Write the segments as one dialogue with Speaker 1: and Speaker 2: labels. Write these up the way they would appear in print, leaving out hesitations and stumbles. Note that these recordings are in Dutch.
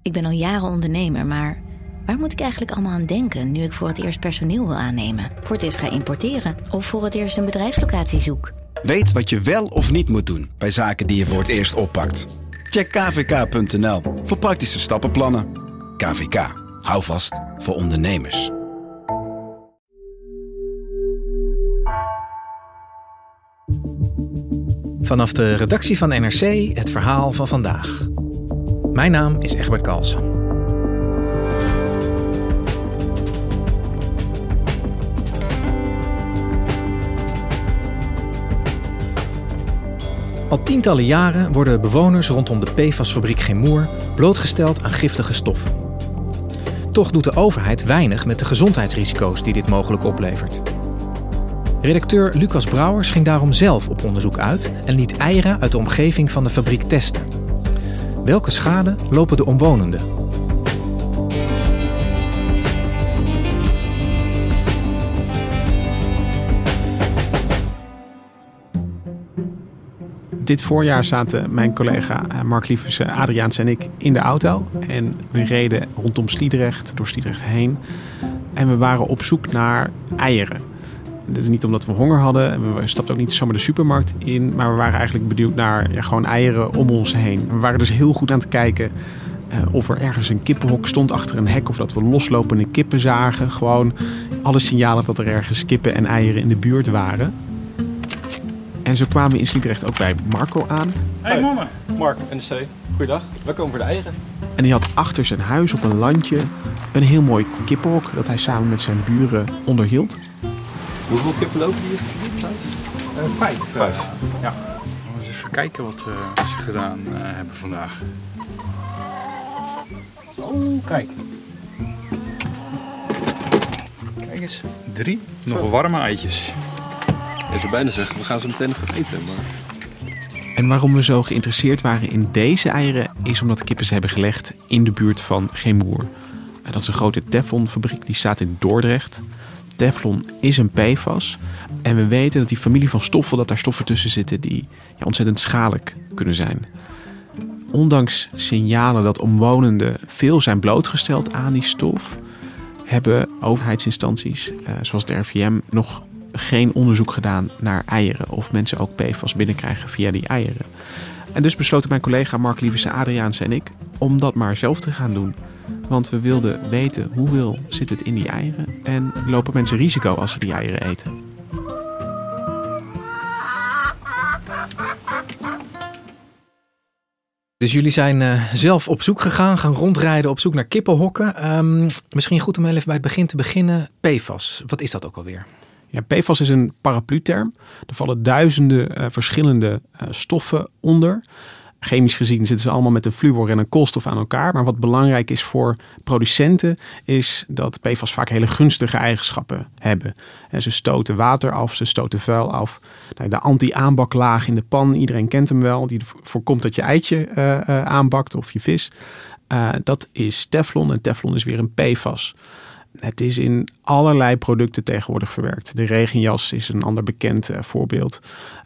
Speaker 1: Ik ben al jaren ondernemer, maar waar moet ik eigenlijk allemaal aan denken nu ik voor het eerst personeel wil aannemen, voor het eerst ga importeren of voor het eerst een bedrijfslocatie zoek?
Speaker 2: Weet wat je wel of niet moet doen bij zaken die je voor het eerst oppakt. Check kvk.nl voor praktische stappenplannen. KVK. Hou vast voor ondernemers.
Speaker 3: Vanaf de redactie van NRC het verhaal van vandaag. Mijn naam is Egbert Kalsen. Al tientallen jaren worden bewoners rondom de PFAS-fabriek Chemour blootgesteld aan giftige stoffen. Toch doet de overheid weinig met de gezondheidsrisico's die dit mogelijk oplevert. Redacteur Lucas Brouwers ging daarom zelf op onderzoek uit en liet eieren uit de omgeving van de fabriek testen. Welke schade lopen de omwonenden?
Speaker 4: Dit voorjaar zaten mijn collega Mark Lieverse, Adriaans en ik in de auto. En we reden rondom Sliedrecht, door Sliedrecht heen. En we waren op zoek naar eieren. Dat is niet omdat we honger hadden. En we stapten ook niet zomaar de supermarkt in. Maar we waren eigenlijk benieuwd naar gewoon eieren om ons heen. We waren dus heel goed aan het kijken of er ergens een kippenhok stond achter een hek. Of dat we loslopende kippen zagen. Gewoon alle signalen dat er ergens kippen en eieren in de buurt waren. En zo kwamen we in Sliedrecht ook bij Marco aan.
Speaker 5: Hey mannen. Mark, NRC. Goeiedag. We komen voor de eieren.
Speaker 4: En die had achter zijn huis op een landje een heel mooi kippenhok dat hij samen met zijn buren onderhield.
Speaker 5: Hoeveel kippen lopen hier? 5. Ja.
Speaker 6: We eens even kijken wat ze gedaan hebben vandaag.
Speaker 5: Oh, kijk.
Speaker 6: Kijk eens, 3 nog warme eitjes.
Speaker 5: Je zou bijna zeggen, we gaan ze meteen even eten. Maar...
Speaker 4: En waarom we zo geïnteresseerd waren in deze eieren is omdat de kippen ze hebben gelegd in de buurt van Chemour. Dat is een grote Teflonfabriek, die staat in Dordrecht. Teflon is een PFAS. En we weten dat die familie van stoffen, dat daar stoffen tussen zitten die ontzettend schadelijk kunnen zijn. Ondanks signalen dat omwonenden veel zijn blootgesteld aan die stof, hebben overheidsinstanties, zoals de RIVM, nog geen onderzoek gedaan naar eieren of mensen ook PFAS binnenkrijgen via die eieren. En dus besloten mijn collega Mark Lieverse, Adriaans en ik om dat maar zelf te gaan doen. Want we wilden weten hoeveel zit het in die eieren en lopen mensen risico als ze die eieren eten.
Speaker 3: Dus jullie zijn zelf op zoek gegaan, gaan rondrijden op zoek naar kippenhokken. Misschien goed om even bij het begin te beginnen. PFAS, wat is dat ook alweer?
Speaker 4: Ja, PFAS is een paraplu-term. Er vallen duizenden verschillende stoffen onder. Chemisch gezien zitten ze allemaal met een fluor en een koolstof aan elkaar. Maar wat belangrijk is voor producenten is dat PFAS vaak hele gunstige eigenschappen hebben. Ze stoten water af, ze stoten vuil af. De anti-aanbaklaag in de pan, iedereen kent hem wel. Die voorkomt dat je eitje aanbakt of je vis. Dat is Teflon en Teflon is weer een PFAS. Het is in allerlei producten tegenwoordig verwerkt. De regenjas is een ander bekend voorbeeld.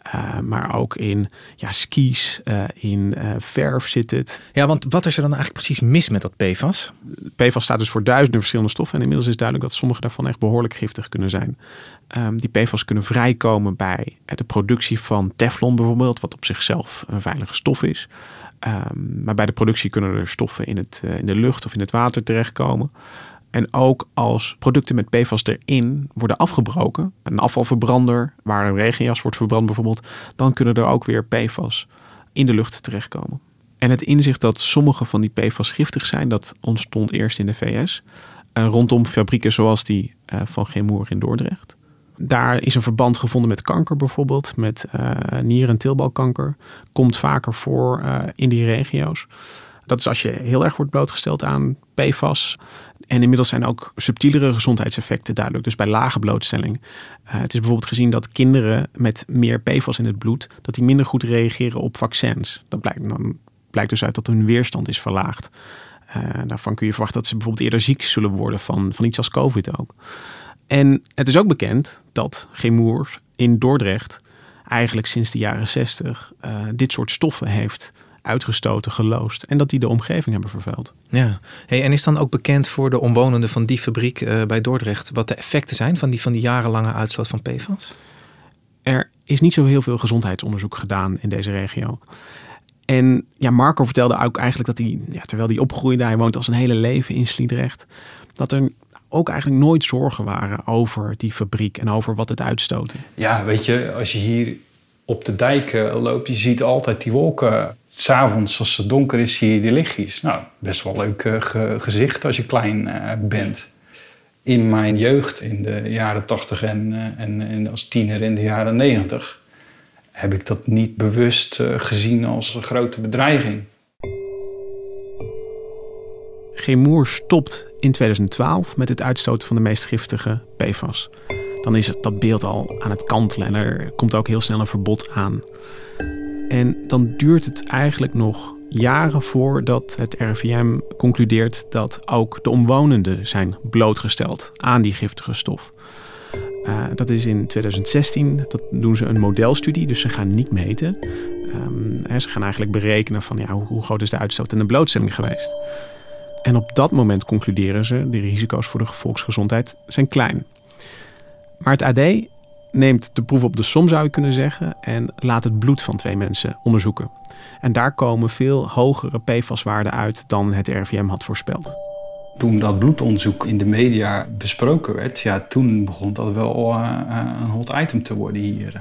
Speaker 4: Maar ook in skis, in verf zit het. Ja,
Speaker 3: want wat is er dan eigenlijk precies mis met dat PFAS?
Speaker 4: PFAS staat dus voor duizenden verschillende stoffen. En inmiddels is duidelijk dat sommige daarvan echt behoorlijk giftig kunnen zijn. Die PFAS kunnen vrijkomen bij de productie van Teflon bijvoorbeeld. Wat op zichzelf een veilige stof is. Maar bij de productie kunnen er stoffen in de lucht of in het water terechtkomen. En ook als producten met PFAS erin worden afgebroken, een afvalverbrander waar een regenjas wordt verbrand bijvoorbeeld, dan kunnen er ook weer PFAS in de lucht terechtkomen. En het inzicht dat sommige van die PFAS giftig zijn, dat ontstond eerst in de VS. Rondom fabrieken zoals die van Chemour in Dordrecht. Daar is een verband gevonden met kanker bijvoorbeeld, met nier- en teelbalkanker. Komt vaker voor in die regio's. Dat is als je heel erg wordt blootgesteld aan PFAS. En inmiddels zijn ook subtielere gezondheidseffecten duidelijk. Dus bij lage blootstelling. Het is bijvoorbeeld gezien dat kinderen met meer PFAS in het bloed, dat die minder goed reageren op vaccins. Dat blijkt dus uit dat hun weerstand is verlaagd. Daarvan kun je verwachten dat ze bijvoorbeeld eerder ziek zullen worden van iets als COVID ook. En het is ook bekend dat Chemour in Dordrecht eigenlijk sinds de jaren 60 dit soort stoffen heeft uitgestoten, geloosd. En dat die de omgeving hebben vervuild.
Speaker 3: Ja. Hey, en is dan ook bekend voor de omwonenden van die fabriek bij Dordrecht wat de effecten zijn van die jarenlange uitstoot van PFAS?
Speaker 4: Er is niet zo heel veel gezondheidsonderzoek gedaan in deze regio. En ja, Marco vertelde ook eigenlijk dat hij, terwijl hij opgroeide, hij woont al zijn hele leven in Sliedrecht, dat er ook eigenlijk nooit zorgen waren over die fabriek en over wat het uitstootte.
Speaker 6: Ja, weet je, als je hier op de dijk loopt, je ziet altijd die wolken. 's Avonds, als het donker is, zie je die lichtjes. Nou, best wel leuk gezicht als je klein bent. In mijn jeugd, in de jaren 80 en als tiener in de jaren 90... heb ik dat niet bewust gezien als een grote bedreiging.
Speaker 4: Chemour stopt in 2012 met het uitstoten van de meest giftige PFAS. Dan is dat beeld al aan het kantelen en er komt ook heel snel een verbod aan. En dan duurt het eigenlijk nog jaren voordat het RIVM concludeert dat ook de omwonenden zijn blootgesteld aan die giftige stof. Dat is in 2016, dat doen ze een modelstudie, dus ze gaan niet meten. Ze gaan eigenlijk berekenen van hoe groot is de uitstoot en de blootstelling geweest. En op dat moment concluderen ze, de risico's voor de volksgezondheid zijn klein. Maar het AD neemt de proef op de som, zou je kunnen zeggen, en laat het bloed van 2 mensen onderzoeken. En daar komen veel hogere PFAS-waarden uit dan het RIVM had voorspeld.
Speaker 6: Toen dat bloedonderzoek in de media besproken werd, toen begon dat wel een hot item te worden hier.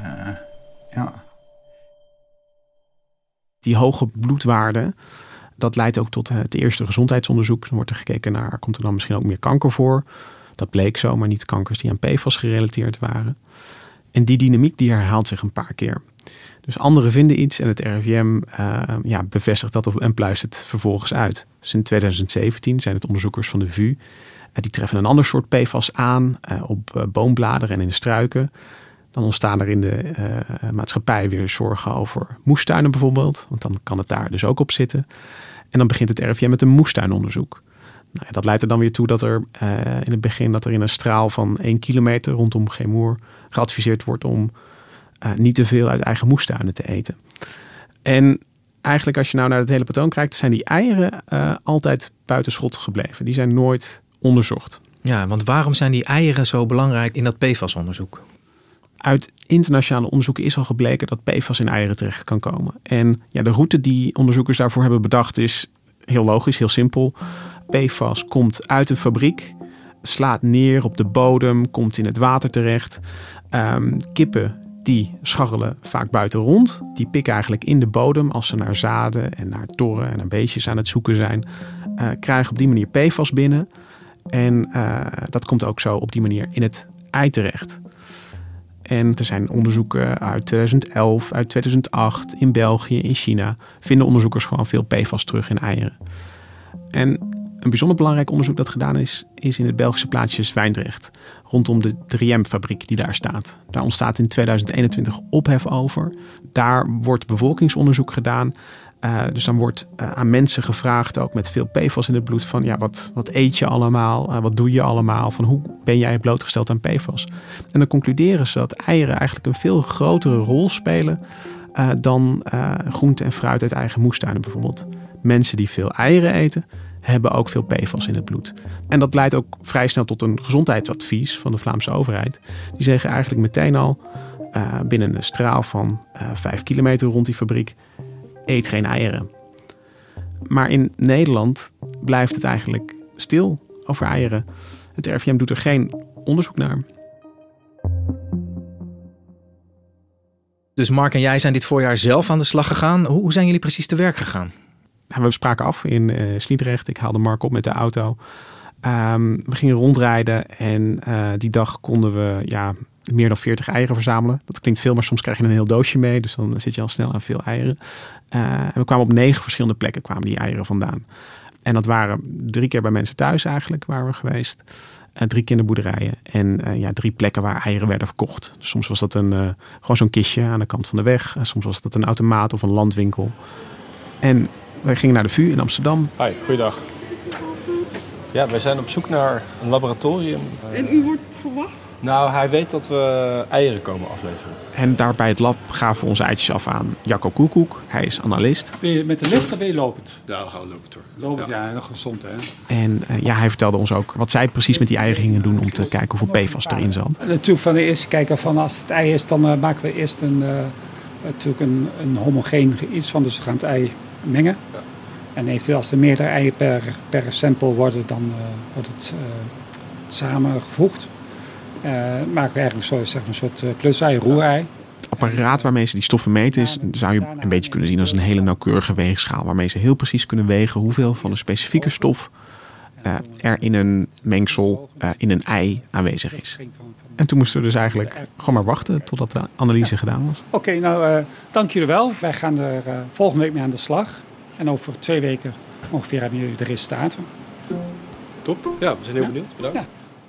Speaker 4: Die hoge bloedwaarden, dat leidt ook tot het eerste gezondheidsonderzoek. Dan wordt er gekeken naar, komt er dan misschien ook meer kanker voor? Dat bleek zo, maar niet kankers die aan PFAS gerelateerd waren. En die dynamiek die herhaalt zich een paar keer. Dus anderen vinden iets en het RIVM bevestigt dat en pluist het vervolgens uit. Dus in 2017 zijn het onderzoekers van de VU. Die treffen een ander soort PFAS aan op boombladeren en in de struiken. Dan ontstaan er in de maatschappij weer zorgen over moestuinen bijvoorbeeld. Want dan kan het daar dus ook op zitten. En dan begint het RIVM met een moestuinonderzoek. Nou, dat leidt er dan weer toe dat er in het begin dat er in een straal van 1 kilometer rondom Chemour geadviseerd wordt om niet te veel uit eigen moestuinen te eten. En eigenlijk als je nou naar het hele patroon kijkt, zijn die eieren altijd buiten schot gebleven. Die zijn nooit onderzocht.
Speaker 3: Ja, want waarom zijn die eieren zo belangrijk in dat PFAS-onderzoek?
Speaker 4: Uit internationale onderzoeken is al gebleken dat PFAS in eieren terecht kan komen. En de route die onderzoekers daarvoor hebben bedacht is heel logisch, heel simpel. PFAS komt uit een fabriek, slaat neer op de bodem, komt in het water terecht. Kippen die scharrelen vaak buiten rond. Die pikken eigenlijk in de bodem als ze naar zaden en naar torren en naar beestjes aan het zoeken zijn. Krijgen op die manier PFAS binnen. En dat komt ook zo op die manier in het ei terecht. En er zijn onderzoeken uit 2011, uit 2008, in België, in China. Vinden onderzoekers gewoon veel PFAS terug in eieren. En een bijzonder belangrijk onderzoek dat gedaan is in het Belgische plaatsje Zwijndrecht. Rondom de 3M-fabriek die daar staat. Daar ontstaat in 2021 ophef over. Daar wordt bevolkingsonderzoek gedaan. Dus dan wordt aan mensen gevraagd, ook met veel PFAS in het bloed, van wat eet je allemaal? Wat doe je allemaal? Van hoe ben jij blootgesteld aan PFAS? En dan concluderen ze dat eieren eigenlijk een veel grotere rol spelen dan groente en fruit uit eigen moestuinen bijvoorbeeld. Mensen die veel eieren eten, hebben ook veel PFAS in het bloed. En dat leidt ook vrij snel tot een gezondheidsadvies van de Vlaamse overheid. Die zeggen eigenlijk meteen al, binnen een straal van 5 kilometer rond die fabriek, eet geen eieren. Maar in Nederland blijft het eigenlijk stil over eieren. Het RIVM doet er geen onderzoek naar.
Speaker 3: Dus Mark en jij zijn dit voorjaar zelf aan de slag gegaan. Hoe zijn jullie precies te werk gegaan?
Speaker 4: We spraken af in Sliedrecht. Ik haalde Mark op met de auto. We gingen rondrijden en die dag konden we meer dan 40 eieren verzamelen. Dat klinkt veel, maar soms krijg je een heel doosje mee. Dus dan zit je al snel aan veel eieren. En we kwamen op 9 verschillende plekken kwamen die eieren vandaan. En dat waren 3 keer bij mensen thuis eigenlijk, waar we geweest. 3 kinderboerderijen en 3 plekken waar eieren werden verkocht. Dus soms was dat gewoon zo'n kistje aan de kant van de weg. Soms was dat een automaat of een landwinkel. En wij gingen naar de VU in Amsterdam.
Speaker 5: Hi, goeiedag. Ja, wij zijn op zoek naar een laboratorium.
Speaker 7: En u wordt verwacht?
Speaker 5: Nou, hij weet dat we eieren komen afleveren.
Speaker 4: En daar bij het lab gaven we onze eitjes af aan Jacco Koekoek. Hij is analist.
Speaker 7: Ben je met de lift of ben je lopend?
Speaker 5: Ja, we gaan lopen door.
Speaker 7: Lopend, ja, nog gezond hè.
Speaker 4: En hij vertelde ons ook wat zij precies met die eieren gingen doen om te kijken hoeveel PFAS erin zat.
Speaker 7: Natuurlijk van de eerste kijken van als het ei is, dan maken we eerst natuurlijk een homogeen iets van. Dus we gaan het ei mengen.
Speaker 5: Ja.
Speaker 7: En eventueel als er meerdere eieren per sample worden, dan wordt het samengevoegd. Maken we eigenlijk een soort klusei, roerei.
Speaker 4: Het apparaat waarmee ze die stoffen meten zou je een beetje kunnen zien als een hele nauwkeurige weegschaal. Waarmee ze heel precies kunnen wegen hoeveel van een specifieke stof er in een mengsel, in een ei aanwezig is. En toen moesten we dus eigenlijk gewoon maar wachten totdat de analyse gedaan was.
Speaker 7: Oké, nou dank jullie wel. Wij gaan er volgende week mee aan de slag. En over 2 weken ongeveer hebben jullie de resultaten.
Speaker 5: Top. Ja, we zijn heel benieuwd. Bedankt.
Speaker 7: Ja.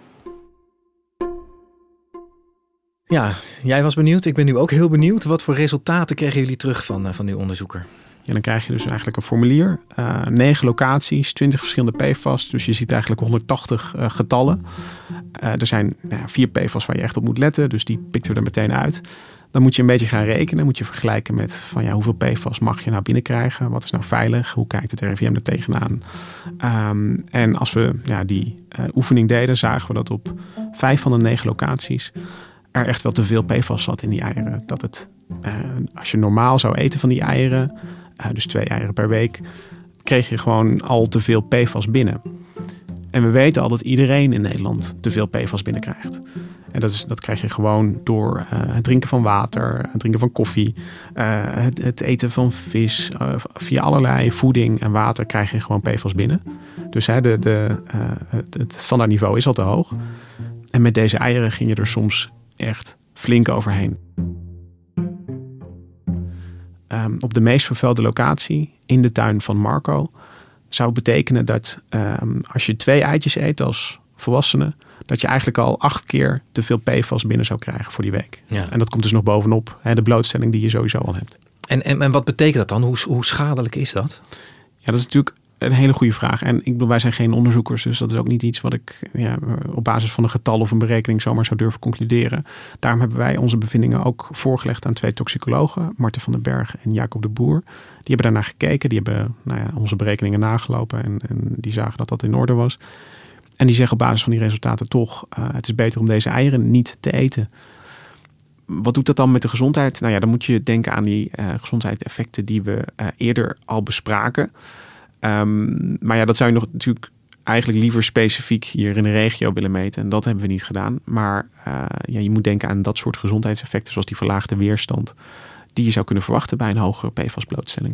Speaker 3: Ja, jij was benieuwd. Ik ben nu ook heel benieuwd. Wat voor resultaten kregen jullie terug van uw onderzoeker?
Speaker 4: Ja, dan krijg je dus eigenlijk een formulier. 9 locaties, 20 verschillende PFAS. Dus je ziet eigenlijk 180 getallen. Er zijn 4 PFAS waar je echt op moet letten. Dus die pikten we er meteen uit. Dan moet je een beetje gaan rekenen. Moet je vergelijken met van, hoeveel PFAS mag je nou binnenkrijgen? Wat is nou veilig? Hoe kijkt het RIVM er tegenaan? En als we die oefening deden, zagen we dat op 5 van de 9 locaties er echt wel te veel PFAS zat in die eieren. Dat het, als je normaal zou eten van die eieren, dus 2 eieren per week, kreeg je gewoon al te veel PFAS binnen. En we weten al dat iedereen in Nederland te veel PFAS binnenkrijgt. En dat krijg je gewoon door het drinken van water, het drinken van koffie, het eten van vis. Via allerlei voeding en water krijg je gewoon PFAS binnen. Dus het standaardniveau is al te hoog. En met deze eieren ging je er soms echt flink overheen. Op de meest vervuilde locatie in de tuin van Marco zou het betekenen dat als je 2 eitjes eet als volwassene, dat je eigenlijk al 8 keer te veel PFAS binnen zou krijgen voor die week. Ja. En dat komt dus nog bovenop de blootstelling die je sowieso al hebt. En wat betekent dat dan? Hoe schadelijk is dat? Ja, dat is natuurlijk een hele goede vraag. En ik bedoel, wij zijn geen onderzoekers, dus dat is ook niet iets wat ik op basis van een getal of een berekening zomaar zou durven concluderen. Daarom hebben wij onze bevindingen ook voorgelegd aan 2 toxicologen, Marten van den Berg en Jacob de Boer. Die hebben daarnaar gekeken, die hebben onze berekeningen nagelopen en die zagen dat dat in orde was. En die zeggen op basis van die resultaten toch, het is beter om deze eieren niet te eten. Wat doet dat dan met de gezondheid? Nou ja, dan moet je denken aan die gezondheidseffecten die we eerder al bespraken. Maar dat zou je nog natuurlijk eigenlijk liever specifiek hier in de regio willen meten. En dat hebben we niet gedaan. Maar je moet denken aan dat soort gezondheidseffecten, zoals die verlaagde weerstand, die je zou kunnen verwachten bij een hogere PFAS-blootstelling.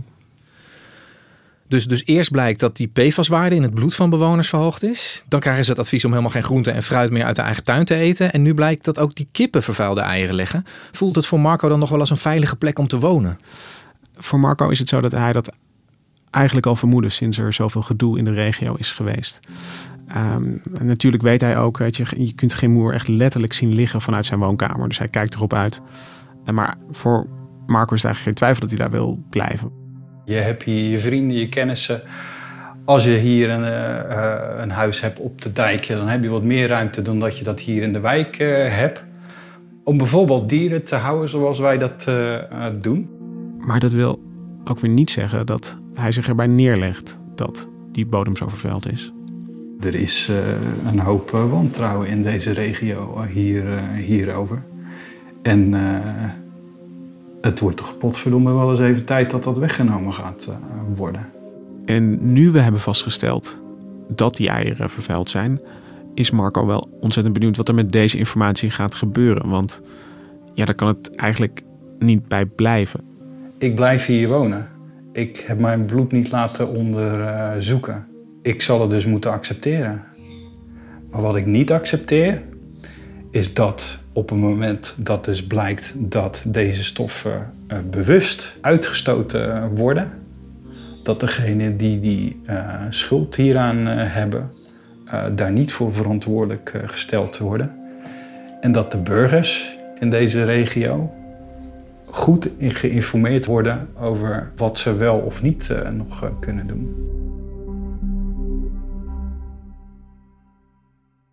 Speaker 4: Dus eerst blijkt dat die PFAS-waarde in het bloed van bewoners verhoogd is. Dan krijgen ze het advies om helemaal geen groente en fruit meer uit de eigen tuin te eten. En nu blijkt dat ook die kippen vervuilde eieren leggen. Voelt het voor Marco dan nog wel als een veilige plek om te wonen? Voor Marco is het zo dat hij dat eigenlijk al vermoedde sinds er zoveel gedoe in de regio is geweest. Natuurlijk weet hij ook, je kunt geen moer echt letterlijk zien liggen vanuit zijn woonkamer. Dus hij kijkt erop uit. Maar voor Marco is het eigenlijk geen twijfel dat hij daar wil blijven.
Speaker 6: Je hebt hier je vrienden, je kennissen. Als je hier een huis hebt op de dijk, dan heb je wat meer ruimte dan dat je dat hier in de wijk hebt. Om bijvoorbeeld dieren te houden zoals wij dat doen. Maar dat wil ook weer niet zeggen dat hij zich erbij neerlegt dat die bodem zo vervuild is. Er is een hoop wantrouwen in deze regio hierover. En het wordt toch potverdomme wel eens even tijd dat dat weggenomen gaat worden. En nu we hebben vastgesteld dat die eieren vervuild zijn, is Marco wel ontzettend benieuwd wat er met deze informatie gaat gebeuren. Want daar kan het eigenlijk niet bij blijven. Ik blijf hier wonen. Ik heb mijn bloed niet laten onderzoeken. Ik zal het dus moeten accepteren. Maar wat ik niet accepteer, is dat op het moment dat dus blijkt dat deze stoffen bewust uitgestoten worden, dat degenen die schuld hieraan hebben, daar niet voor verantwoordelijk gesteld worden. En dat de burgers in deze regio goed geïnformeerd worden over wat ze wel of niet nog kunnen doen.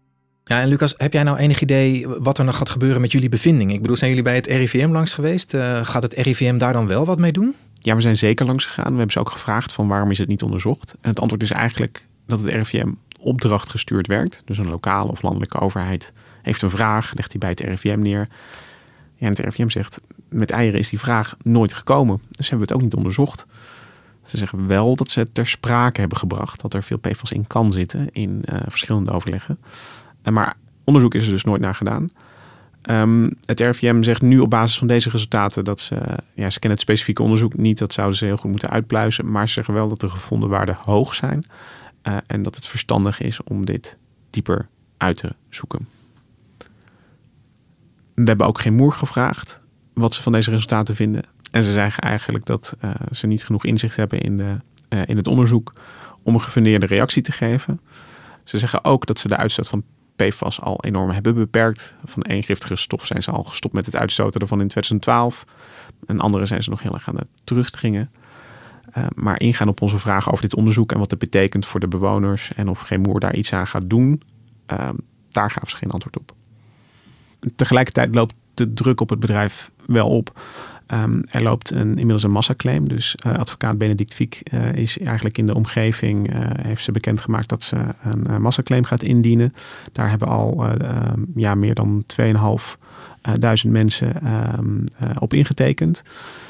Speaker 3: Ja, en Lucas, heb jij nou enig idee wat er nog gaat gebeuren met jullie bevindingen? Ik bedoel, zijn jullie bij het RIVM langs geweest? Gaat het RIVM daar dan wel wat mee doen?
Speaker 4: Ja, we zijn zeker langs gegaan. We hebben ze ook gevraagd van waarom is het niet onderzocht. En het antwoord is eigenlijk dat het RIVM opdrachtgestuurd werkt. Dus een lokale of landelijke overheid heeft een vraag, legt die bij het RIVM neer. Ja, en het RIVM zegt, met eieren is die vraag nooit gekomen. Dus hebben we het ook niet onderzocht. Ze zeggen wel dat ze het ter sprake hebben gebracht. Dat er veel PFAS in kan zitten in verschillende overleggen. Maar onderzoek is er dus nooit naar gedaan. Het RIVM zegt nu op basis van deze resultaten dat ze kennen het specifieke onderzoek niet. Dat zouden ze heel goed moeten uitpluizen. Maar ze zeggen wel dat de gevonden waarden hoog zijn. En dat het verstandig is om dit dieper uit te zoeken. We hebben ook geen Moer gevraagd wat ze van deze resultaten vinden. En ze zeggen eigenlijk dat ze niet genoeg inzicht hebben in het onderzoek om een gefundeerde reactie te geven. Ze zeggen ook dat ze de uitstoot van PFAS al enorm hebben beperkt. Van één giftige stof zijn ze al gestopt met het uitstoten ervan in 2012. En andere zijn ze nog heel erg aan het terugdringen. Maar ingaan op onze vragen over dit onderzoek en wat het betekent voor de bewoners en of geen Moer daar iets aan gaat doen, daar gaven ze geen antwoord op. Tegelijkertijd loopt de druk op het bedrijf wel op. Er loopt inmiddels een massaclaim. Dus advocaat Benedict Fiek is eigenlijk in de omgeving, heeft ze bekendgemaakt dat ze een massaclaim gaat indienen. Daar hebben al meer dan 2.500 mensen op ingetekend.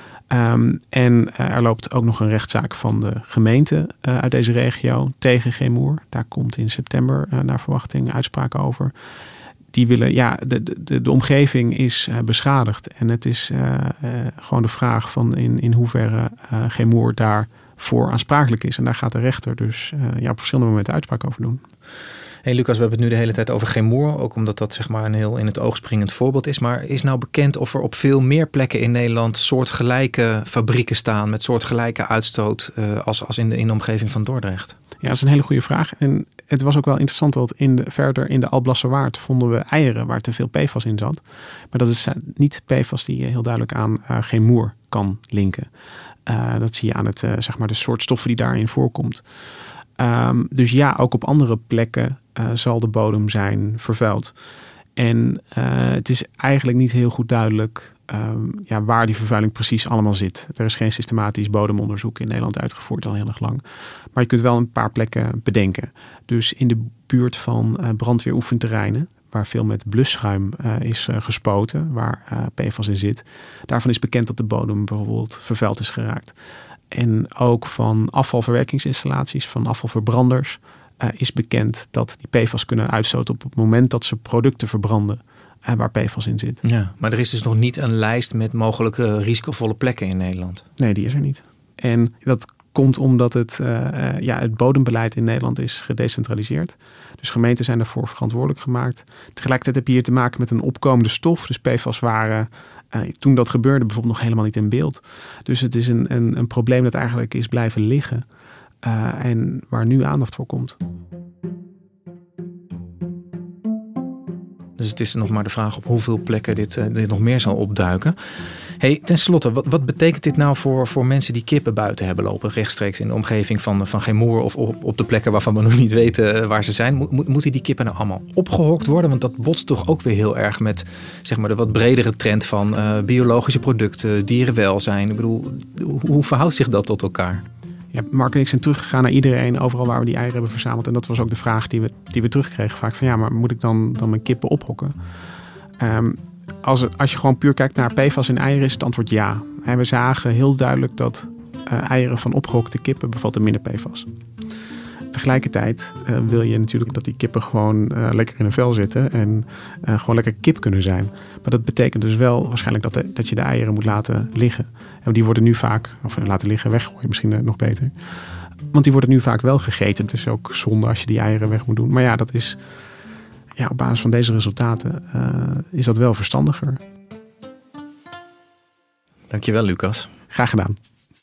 Speaker 4: En er loopt ook nog een rechtszaak van de gemeente uit deze regio tegen geen Moer. Daar komt in september naar verwachting uitspraak over. Die willen, de omgeving is beschadigd. En het is gewoon de vraag van in hoeverre geen Moer daarvoor aansprakelijk is. En daar gaat de rechter dus op verschillende momenten uitspraak over doen.
Speaker 3: Hey Lucas, we hebben het nu de hele tijd over geen Moer. Ook omdat dat zeg maar een heel in het oog springend voorbeeld is. Maar is nou bekend of er op veel meer plekken in Nederland soortgelijke fabrieken staan met soortgelijke uitstoot als in de omgeving van Dordrecht?
Speaker 4: Ja, dat is een hele goede vraag. En het was ook wel interessant dat verder in de Alblasserwaard vonden we eieren waar te veel PFAS in zat. Maar dat is niet PFAS die je heel duidelijk aan geen Moer kan linken. Dat zie je aan het, de soort stoffen die daarin voorkomt. Dus ja, ook op andere plekken zal de bodem zijn vervuild. En het is eigenlijk niet heel goed duidelijk waar die vervuiling precies allemaal zit. Er is geen systematisch bodemonderzoek in Nederland uitgevoerd al heel erg lang. Maar je kunt wel een paar plekken bedenken. Dus in de buurt van brandweeroefenterreinen, waar veel met blusschuim is gespoten, waar PFAS in zit. Daarvan is bekend dat de bodem bijvoorbeeld vervuild is geraakt. En ook van afvalverwerkingsinstallaties, van afvalverbranders, is bekend dat die PFAS kunnen uitstoten op het moment dat ze producten verbranden waar PFAS in zit.
Speaker 3: Ja, maar er is dus nog niet een lijst met mogelijke risicovolle plekken in Nederland?
Speaker 4: Nee, die is er niet. En dat komt omdat het bodembeleid in Nederland is gedecentraliseerd. Dus gemeenten zijn daarvoor verantwoordelijk gemaakt. Tegelijkertijd heb je hier te maken met een opkomende stof. Dus PFAS waren toen dat gebeurde bijvoorbeeld nog helemaal niet in beeld. Dus het is een probleem dat eigenlijk is blijven liggen. En waar nu aandacht voor komt.
Speaker 3: Dus het is nog maar de vraag op hoeveel plekken dit nog meer zal opduiken. Hey, ten slotte, wat betekent dit nou voor mensen die kippen buiten hebben lopen, rechtstreeks in de omgeving van geen Moer of op de plekken waarvan we nog niet weten waar ze zijn? Moeten die kippen nou allemaal opgehokt worden? Want dat botst toch ook weer heel erg met zeg maar de wat bredere trend van biologische producten, dierenwelzijn. Ik bedoel, hoe verhoudt zich dat tot elkaar?
Speaker 4: Ja, Mark en ik zijn teruggegaan naar iedereen, overal waar we die eieren hebben verzameld. En dat was ook de vraag die we terugkregen vaak. Van ja, maar moet ik dan mijn kippen ophokken? Als je gewoon puur kijkt naar PFAS in eieren is het antwoord ja. En we zagen heel duidelijk dat eieren van opgehokte kippen bevatten minder PFAS. Tegelijkertijd wil je natuurlijk dat die kippen gewoon lekker in een vel zitten en gewoon lekker kip kunnen zijn. Maar dat betekent dus wel waarschijnlijk dat je de eieren moet laten liggen. En die worden nu vaak, of laten liggen, weggooien misschien nog beter. Want die worden nu vaak wel gegeten. Het is ook zonde als je die eieren weg moet doen. Maar ja, dat is op basis van deze resultaten is dat wel verstandiger.
Speaker 3: Dankjewel, Lucas.
Speaker 4: Graag gedaan.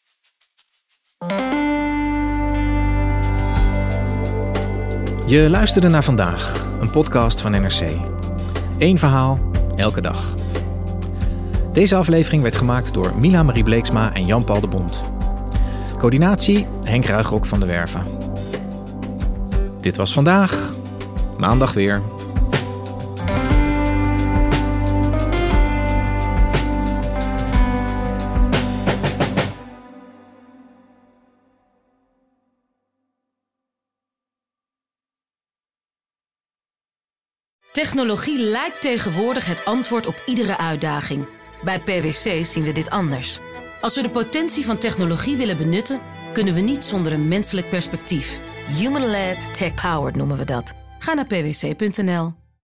Speaker 3: Je luisterde naar Vandaag, een podcast van NRC. Eén verhaal, elke dag. Deze aflevering werd gemaakt door Mila Marie Bleeksma en Jan-Paul de Bond. Coördinatie Henk Ruigrok van de Werven. Dit was Vandaag, maandag weer.
Speaker 8: Technologie lijkt tegenwoordig het antwoord op iedere uitdaging. Bij PwC zien we dit anders. Als we de potentie van technologie willen benutten, kunnen we niet zonder een menselijk perspectief. Human-led, tech-powered noemen we dat. Ga naar pwc.nl.